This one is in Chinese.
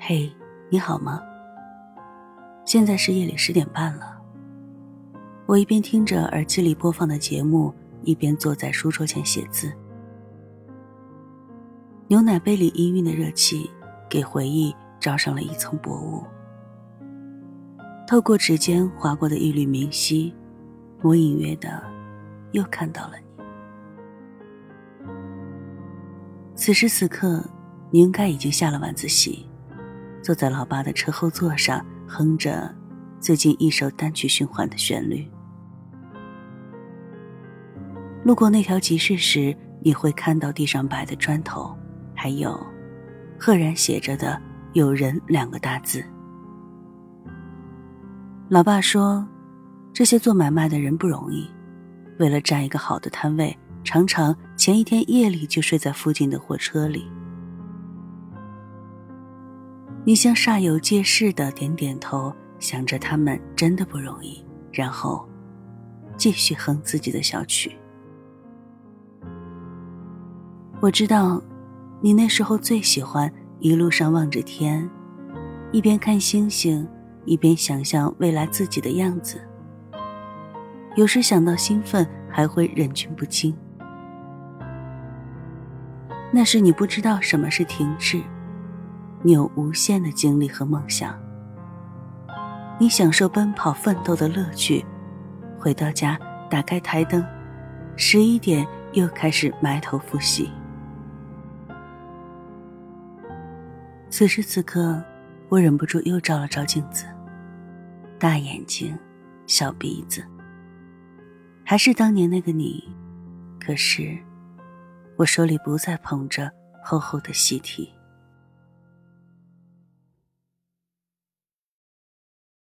嘿，你好吗？现在是夜里10点半了。我一边听着耳机里播放的节目，一边坐在书桌前写字。牛奶杯里氤氲的热气给回忆罩上了一层薄雾。透过指尖划过的一缕明晰，我隐约的又看到了你。此时此刻，你应该已经下了晚自习，坐在老爸的车后座上，哼着最近一首单曲循环的旋律。路过那条集市时，你会看到地上摆的砖头，还有赫然写着的有人2个大字。老爸说，这些做买卖的人不容易，为了占一个好的摊位，常常前一天夜里就睡在附近的货车里。你像煞有介事地点点头，想着他们真的不容易，然后继续哼自己的小曲。我知道你那时候最喜欢一路上望着天，一边看星星，一边想象未来自己的样子。有时想到兴奋，还会忍俊不禁。那时你不知道什么是停滞，你有无限的精力和梦想。你享受奔跑奋斗的乐趣，回到家打开台灯，11点又开始埋头复习。此时此刻，我忍不住又照了照镜子，大眼睛，小鼻子，还是当年那个你。可是我手里不再捧着厚厚的习题。